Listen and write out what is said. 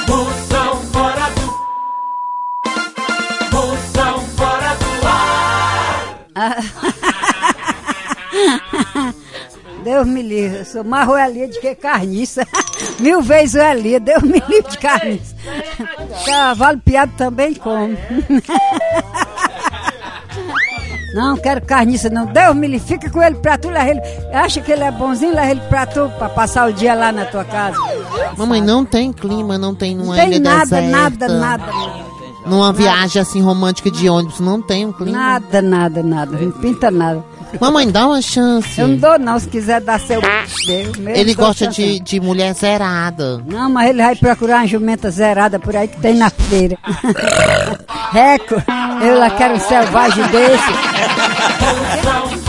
Moção fora do... Moção fora do ar. Deus me livre, eu sou mais roelia do que carniça. 1000 vezes roelia, Deus me livre de carniça. Cavalo piado também como. Não quero carniça não, Deus me livre, fica com ele pra tu, leva ele. Acha que ele é bonzinho, leva ele pra tu, pra passar o dia lá na tua casa. Mamãe, não tem clima, não tem numa Não tem ilha nada, deserta. nada. Numa viagem assim romântica de ônibus, não tem um clima. Nada, não pinta nada. Mamãe, dá uma chance. Eu não dou não, se quiser dar seu meu, Ele gosta de mulher zerada. Não, mas ele vai procurar uma jumenta zerada por aí que tem na feira. Reco, eu lá quero um selvagem desse.